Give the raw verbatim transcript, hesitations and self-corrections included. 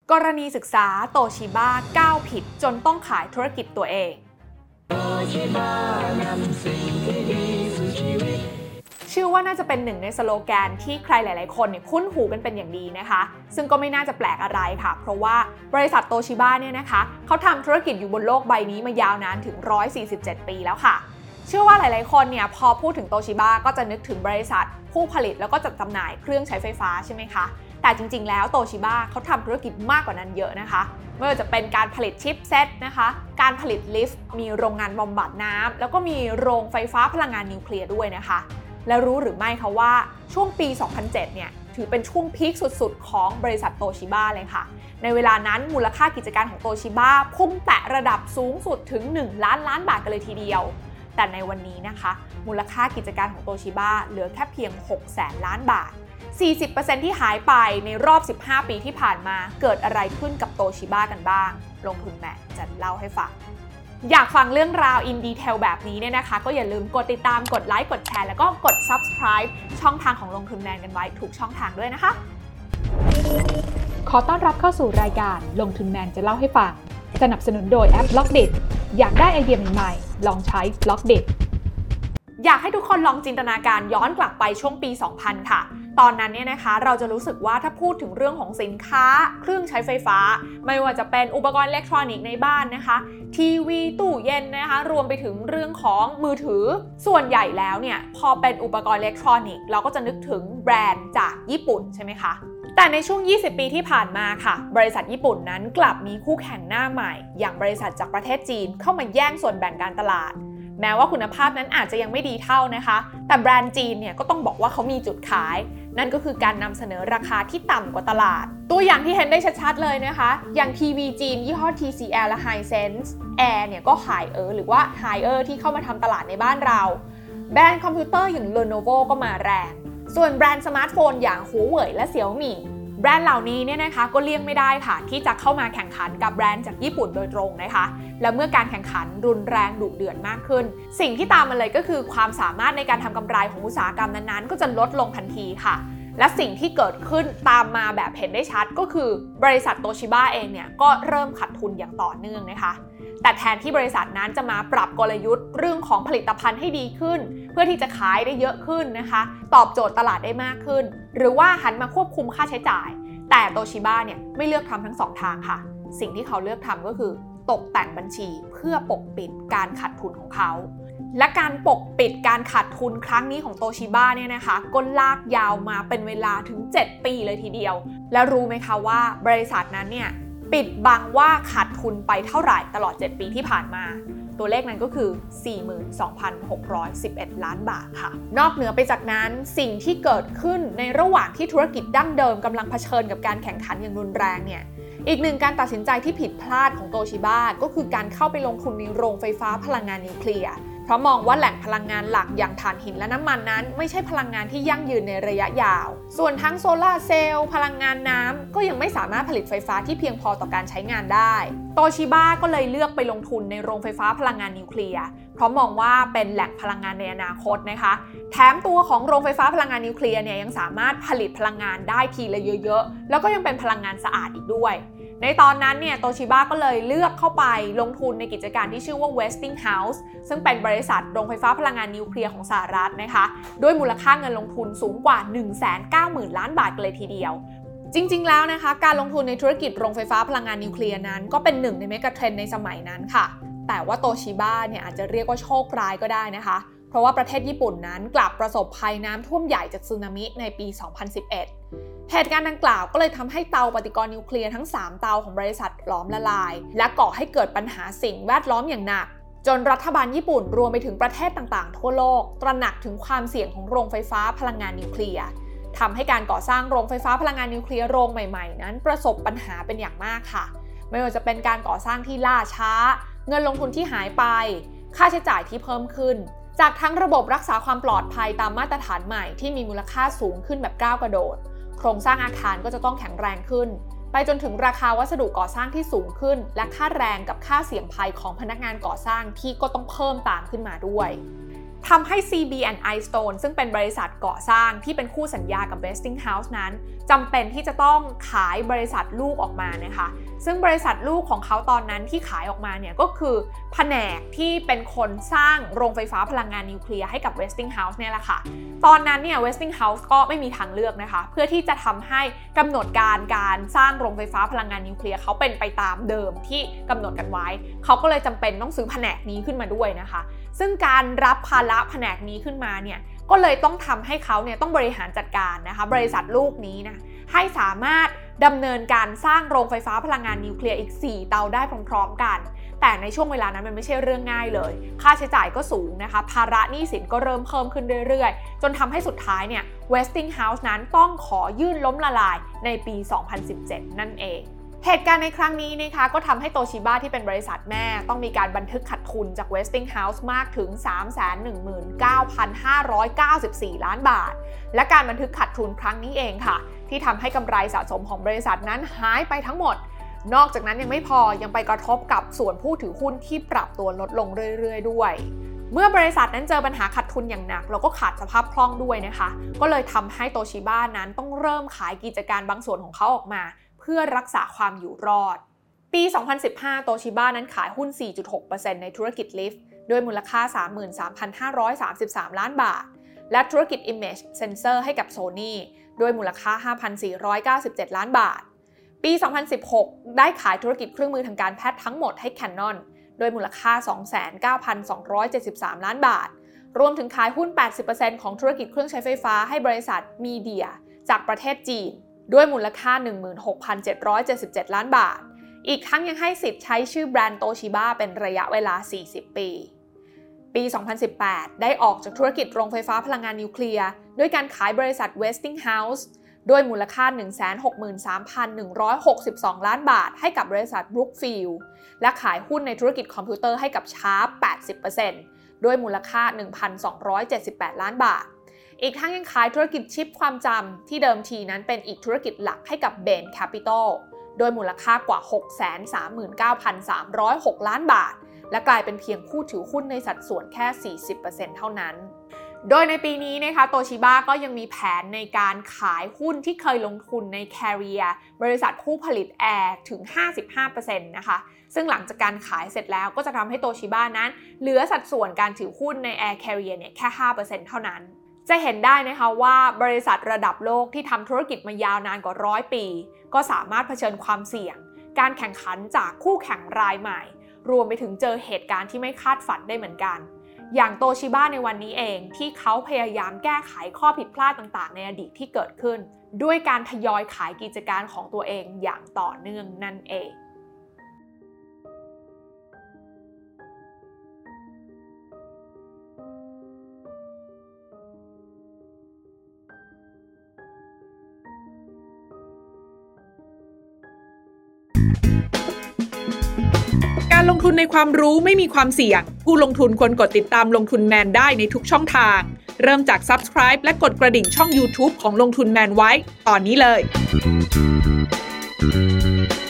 กรณีศึกษาโตชิบ้าก้าวผิดจนต้องขายธุรกิจตัวเองชื่อว่าน่าจะเป็นหนึ่งในสโลแกนที่ใครหลายๆคนเนี่ยคุ้นหูกันเป็นอย่างดีนะคะซึ่งก็ไม่น่าจะแปลกอะไรค่ะเพราะว่าบริษัทโตชิบ้าเนี่ยนะคะเขาทำธุรกิจอยู่บนโลกใบนี้มายาวนานถึงหนึ่งร้อยสี่สิบเจ็ดปีแล้วค่ะเชื่อว่าหลายๆคนเนี่ยพอพูดถึงโตชิบ้าก็จะนึกถึงบริษัทผู้ผลิตแล้วก็จัดจำหน่ายเครื่องใช้ไฟฟ้าใช่ไหมคะแต่จริงๆแล้วโตชิบ้าเขาทำธุรกิจมากกว่านั้นเยอะนะคะไม่ว่าจะเป็นการผลิตชิปเซตนะคะการผลิตลิฟต์มีโรงงานบำบัดน้ำแล้วก็มีโรงไฟฟ้าพลังงานนิวเคลียร์ด้วยนะคะและรู้หรือไม่คะว่าช่วงปี สองพันเจ็ด เนี่ยถือเป็นช่วงพีคสุดๆของบริษัทโตชิบ้าเลยค่ะในเวลานั้นมูลค่ากิจการของโตชิบ้าพุ่งแตะระดับสูงสุดถึงหนึ่งล้านล้านบาทกันเลยทีเดียวแต่ในวันนี้นะคะมูลค่ากิจการของโตชิบ้าเหลือแค่เพียงหกแสนล้านบาทสี่สิบเปอร์เซ็นต์ ที่หายไปในรอบสิบห้าปีที่ผ่านมาเกิดอะไรขึ้นกับโตชิบ้ากันบ้างลงทุนแมทจะเล่าให้ฟังอยากฟังเรื่องราวอินดีเทลแบบนี้เนี่ยนะคะก็อย่าลืมกดติดตามกดไลค์กดแชร์แล้วก็กด ซับสไครบ์ ช่องทางของลงทุนแมนกันไว้ทุกช่องทางด้วยนะคะขอต้อนรับเข้าสู่รายการลงทุนแมนจะเล่าให้ฟังสนับสนุนโดยแอป บล็อกดิต อยากได้ไอเดียใหม่ๆลองใช้ บล็อกดิตอยากให้ทุกคนลองจินตนาการย้อนกลับไปช่วงปี สองพัน ค่ะตอนนั้นเนี่ยนะคะเราจะรู้สึกว่าถ้าพูดถึงเรื่องของสินค้าเครื่องใช้ไฟฟ้าไม่ว่าจะเป็นอุปกรณ์อิเล็กทรอนิกส์ในบ้านนะคะทีวีตู้เย็นนะคะรวมไปถึงเรื่องของมือถือส่วนใหญ่แล้วเนี่ยพอเป็นอุปกรณ์อิเล็กทรอนิกส์เราก็จะนึกถึงแบรนด์จากญี่ปุ่นใช่ไหมคะแต่ในช่วงยี่สิบปีที่ผ่านมาค่ะบริษัทญี่ปุ่นนั้นกลับมีคู่แข่งหน้าใหม่อย่างบริษัทจากประเทศจีนเข้ามาแย่งส่วนแบ่งการตลาดแม้ว่าคุณภาพนั้นอาจจะยังไม่ดีเท่านะคะแต่แบรนด์จีนเนี่ยก็ต้องบอกว่าเขามีจุดขายนั่นก็คือการนำเสนอราคาที่ต่ำกว่าตลาดตัวอย่างที่เห็นได้ชัดๆเลยนะคะอย่างทีวีจีนยี่ห้อ ที ซี แอล และ Hisense Air เนี่ยก็ Haier หรือว่า Haier ที่เข้ามาทำตลาดในบ้านเราแบรนด์คอมพิวเตอร์อย่าง Lenovo ก็มาแรงส่วนแบรนด์สมาร์ทโฟนอย่าง Huawei และ Xiaomiแบรนด์เหล่านี้เนี่ยนะคะก็เลี่ยงไม่ได้ค่ะที่จะเข้ามาแข่งขันกับแบรนด์จากญี่ปุ่นโดยตรงนะคะและเมื่อการแข่งขันรุนแรงดุเดือดมากขึ้นสิ่งที่ตามมาเลยก็คือความสามารถในการทำกำไรของอุตสาหกรรมนั้นๆก็จะลดลงทันทีค่ะและสิ่งที่เกิดขึ้นตามมาแบบเห็นได้ชัดก็คือบริษัทโตชิบ้าเองเนี่ยก็เริ่มขาดทุนอย่างต่อเนื่องนะคะแต่แทนที่บริษัทนั้นจะมาปรับกลยุทธ์เรื่องของผลิตภัณฑ์ให้ดีขึ้นเพื่อที่จะขายได้เยอะขึ้นนะคะตอบโจทย์ตลาดได้มากขึ้นหรือว่าหันมาควบคุมค่าใช้จ่ายแต่โตชิบ้าเนี่ยไม่เลือกทำทั้งสองทางค่ะสิ่งที่เขาเลือกทำก็คือตกแต่งบัญชีเพื่อปกปิดการขาดทุนของเขาและการปกปิดการขาดทุนครั้งนี้ของโตชิบ้าเนี่ยนะคะก็ลากยาวมาเป็นเวลาถึงเจ็ดปีเลยทีเดียวแล้วรู้ไหมคะว่าบริษัทนั้นเนี่ยปิดบังว่าขาดทุนไปเท่าไหร่ตลอดเจ็ดปีที่ผ่านมาตัวเลขนั้นก็คือ สี่หมื่นสองพันหกร้อยสิบเอ็ด ล้านบาทค่ะนอกเหนือไปจากนั้นสิ่งที่เกิดขึ้นในระหว่างที่ธุรกิจดั้งเดิมกำลังเผชิญกับการแข่งขันอย่างรุนแรงเนี่ยอีกหนึ่งการตัดสินใจที่ผิดพลาดของโตชิบ้าก็คือการเข้าไปลงทุนในโรงไฟฟ้าพลังงานนิวเคลียร์เพราะมองว่าแหล่งพลังงานหลักอย่างถ่านหินและน้ำมันนั้นไม่ใช่พลังงานที่ยั่งยืนในระยะยาวส่วนทั้งโซลาร์เซลล์พลังงานน้ำก็ยังไม่สามารถผลิตไฟฟ้าที่เพียงพอต่อการใช้งานได้โตชิบ้าก็เลยเลือกไปลงทุนในโรงไฟฟ้าพลังงานนิวเคลียร์เพราะมองว่าเป็นแหล่งพลังงานในอนาคตนะคะแถมตัวของโรงไฟฟ้าพลังงานนิวเคลียร์เนี่ยยังสามารถผลิตพลังงานได้ทีละเยอะๆแล้วก็ยังเป็นพลังงานสะอาดอีกด้วยในตอนนั้นเนี่ยโตชิบ้าก็เลยเลือกเข้าไปลงทุนในกิจการที่ชื่อว่า Westinghouse ซึ่งเป็นบริษัทโรงไฟฟ้าพลังงานนิวเคลียร์ของสหรัฐนะคะด้วยมูลค่าเงินลงทุนสูงกว่า หนึ่งแสนเก้าหมื่น ล้านบาทกันเลยทีเดียวจริงๆแล้วนะคะการลงทุนในธุรกิจโรงไฟฟ้าพลังงานนิวเคลียร์นั้นก็เป็นหนึ่งในเมกะเทรนด์ในสมัยนั้นค่ะแต่ว่าโตชิบ้าเนี่ยอาจจะเรียกว่าโชคร้ายก็ได้นะคะเพราะว่าประเทศญี่ปุ่นนั้นกลับประสบภัยน้ำท่วมใหญ่จากสึนามิในปี สองพันสิบเอ็ดเหตุการณ์ดังกล่าวก็เลยทำให้เตาปฏิกรณ์นิวเคลียร์ทั้งสามเตาของบริษัทหลอมละลายและก่อให้เกิดปัญหาสิ่งแวดล้อมอย่างหนักจนรัฐบาลญี่ปุ่นรวมไปถึงประเทศต่างๆทั่วโลกตระหนักถึงความเสี่ยงของโรงไฟฟ้าพลังงานนิวเคลียร์ทำให้การก่อสร้างโรงไฟฟ้าพลังงานนิวเคลียร์โรงใหม่ๆนั้นประสบปัญหาเป็นอย่างมากค่ะไม่ว่าจะเป็นการก่อสร้างที่ล่าช้าเงินลงทุนที่หายไปค่าใช้จ่ายที่เพิ่มขึ้นจากทั้งระบบรักษาความปลอดภัยตามมาตรฐานใหม่ที่มีมูลค่าสูงขึ้นแบบก้าวกระโดดโครงสร้างอาคารก็จะต้องแข็งแรงขึ้นไปจนถึงราคาวัสดุก่อสร้างที่สูงขึ้นและค่าแรงกับค่าเสี่ยงภัยของพนักงานก่อสร้างที่ก็ต้องเพิ่มตามขึ้นมาด้วยทำให้ ซี บี แอนด์ Idestone ซึ่งเป็นบริษัทก่อสร้างที่เป็นคู่สัญญากับ Westinghouse นั้นจำเป็นที่จะต้องขายบริษัทลูกออกมานะคะซึ่งบริษัทลูกของเขาตอนนั้นที่ขายออกมาเนี่ยก็คือแผนกที่เป็นคนสร้างโรงไฟฟ้าพลังงานนิวเคลียร์ให้กับ Westinghouse เนี่ยแหละค่ะตอนนั้นเนี่ย Westinghouse ก็ไม่มีทางเลือกนะคะเพื่อที่จะทำให้กำหนดการการสร้างโรงไฟฟ้าพลังงานนิวเคลียร์เขาเป็นไปตามเดิมที่กำหนดกันไว้เขาก็เลยจำเป็นต้องซื้อแผนกนี้ขึ้นมาด้วยนะคะซึ่งการรับภาระแผนกนี้ขึ้นมาเนี่ยก็เลยต้องทำให้เขาเนี่ยต้องบริหารจัดการนะคะบริษัทลูกนี้นะให้สามารถดำเนินการสร้างโรงไฟฟ้าพลังงานนิวเคลียร์อีกสี่เตาได้พร้อมๆกันแต่ในช่วงเวลานั้นมันไม่ใช่เรื่องง่ายเลยค่าใช้จ่ายก็สูงนะคะภาระหนี้สินก็เริ่มเพิ่มขึ้นเรื่อยๆจนทำให้สุดท้ายเนี่ย Westinghouse นั้นต้องขอยื่นล้มละลายในปี สองพันสิบเจ็ด นั่นเองเหตุการณ์ในครั้งนี้นะคะก็ทำให้โตชิบะที่เป็นบริษัทแม่ต้องมีการบันทึกขาดทุนจาก Westinghouse มากถึง สามแสนหนึ่งหมื่นเก้าพันห้าร้อยเก้าสิบสี่ ล้านบาทและการบันทึกขาดทุนครั้งนี้เองค่ะที่ทำให้กำไรสะสมของบริษัทนั้นหายไปทั้งหมดนอกจากนั้นยังไม่พอยังไปกระทบกับส่วนผู้ถือหุ้นที่ปรับตัวลดลงเรื่อยๆด้วยเมื่อบริษัทนั้นเจอปัญหาขาดทุนอย่างหนักแล้วก็ขาดสภาพคล่องด้วยนะคะก็เลยทำให้โตชิบะนั้นต้องเริ่มขายกิจการบางส่วนของเขาออกมาเพื่อรักษาความอยู่รอดปี สองพันสิบห้า โตชิบะนั้นขายหุ้น สี่จุดหกเปอร์เซ็นต์ ในธุรกิจลิฟต์ด้วยมูลค่า สามหมื่นสามพันห้าร้อยสามสิบสาม ล้านบาทและธุรกิจ Image Sensor ให้กับ Sony ด้วยมูลค่า ห้าพันสี่ร้อยเก้าสิบเจ็ด ล้านบาทปี สองพันสิบหก ได้ขายธุรกิจเครื่องมือทางการแพทย์ทั้งหมดให้ Canon ด้วยมูลค่า สองแสนเก้าพันสองร้อยเจ็ดสิบสาม ล้านบาทรวมถึงขายหุ้น แปดสิบเปอร์เซ็นต์ ของธุรกิจเครื่องใช้ไฟฟ้าให้บริษัท Media จากประเทศจีนด้วยมูลค่า หนึ่งหมื่นหกพันเจ็ดร้อยเจ็ดสิบเจ็ด ล้านบาทอีกทั้งยังให้สิทธิ์ใช้ชื่อแบรนด์โตชิบะเป็นระยะเวลาสี่สิบปีปี สองพันสิบแปด ได้ออกจากธุรกิจโรงไฟฟ้าพลังงานนิวเคลียร์ด้วยการขายบริษัท Westinghouse ด้วยมูลค่า หนึ่งแสนหกหมื่นสามพันหนึ่งร้อยหกสิบสอง ล้านบาทให้กับบริษัท Brookfield และขายหุ้นในธุรกิจคอมพิวเตอร์ให้กับ Sharp แปดสิบเปอร์เซ็นต์ ด้วยมูลค่า หนึ่งพันสองร้อยเจ็ดสิบแปด ล้านบาทอีกทั้งยังขายธุรกิจชิปความจำที่เดิมทีนั้นเป็นอีกธุรกิจหลักให้กับ Bain Capital โดยมูลค่ากว่า หกแสนสามหมื่นเก้าพันสามร้อยหก ล้านบาทและกลายเป็นเพียงผู้ถือหุ้นในสัดส่วนแค่ สี่สิบเปอร์เซ็นต์ เท่านั้นโดยในปีนี้นะคะโตชิบะก็ยังมีแผนในการขายหุ้นที่เคยลงทุนใน Carrier บริษัทผู้ผลิตแอร์ถึง ห้าสิบห้าเปอร์เซ็นต์ นะคะซึ่งหลังจากการขายเสร็จแล้วก็จะทำให้โตชิบะนั้นเหลือสัดส่วนการถือหุ้นใน Air Carrier เนี่ยแค่ ห้าเปอร์เซ็นต์ เท่านั้นจะเห็นได้นะคะว่าบริษัทระดับโลกที่ทำธุรกิจมายาวนานกว่าร้อยปีก็สามารถเผชิญความเสี่ยงการแข่งขันจากคู่แข่งรายใหม่รวมไปถึงเจอเหตุการณ์ที่ไม่คาดฝันได้เหมือนกันอย่างโตชิบะในวันนี้เองที่เขาพยายามแก้ไขข้อผิดพลาดต่างๆในอดีตที่เกิดขึ้นด้วยการทยอยขายกิจการของตัวเองอย่างต่อเนื่องนั่นเองการลงทุนในความรู้ไม่มีความเสี่ยงผู้ลงทุนควรกดติดตามลงทุนแมนได้ในทุกช่องทางเริ่มจาก Subscribe และกดกระดิ่งช่อง YouTube ของลงทุนแมนไว้ตอนนี้เลย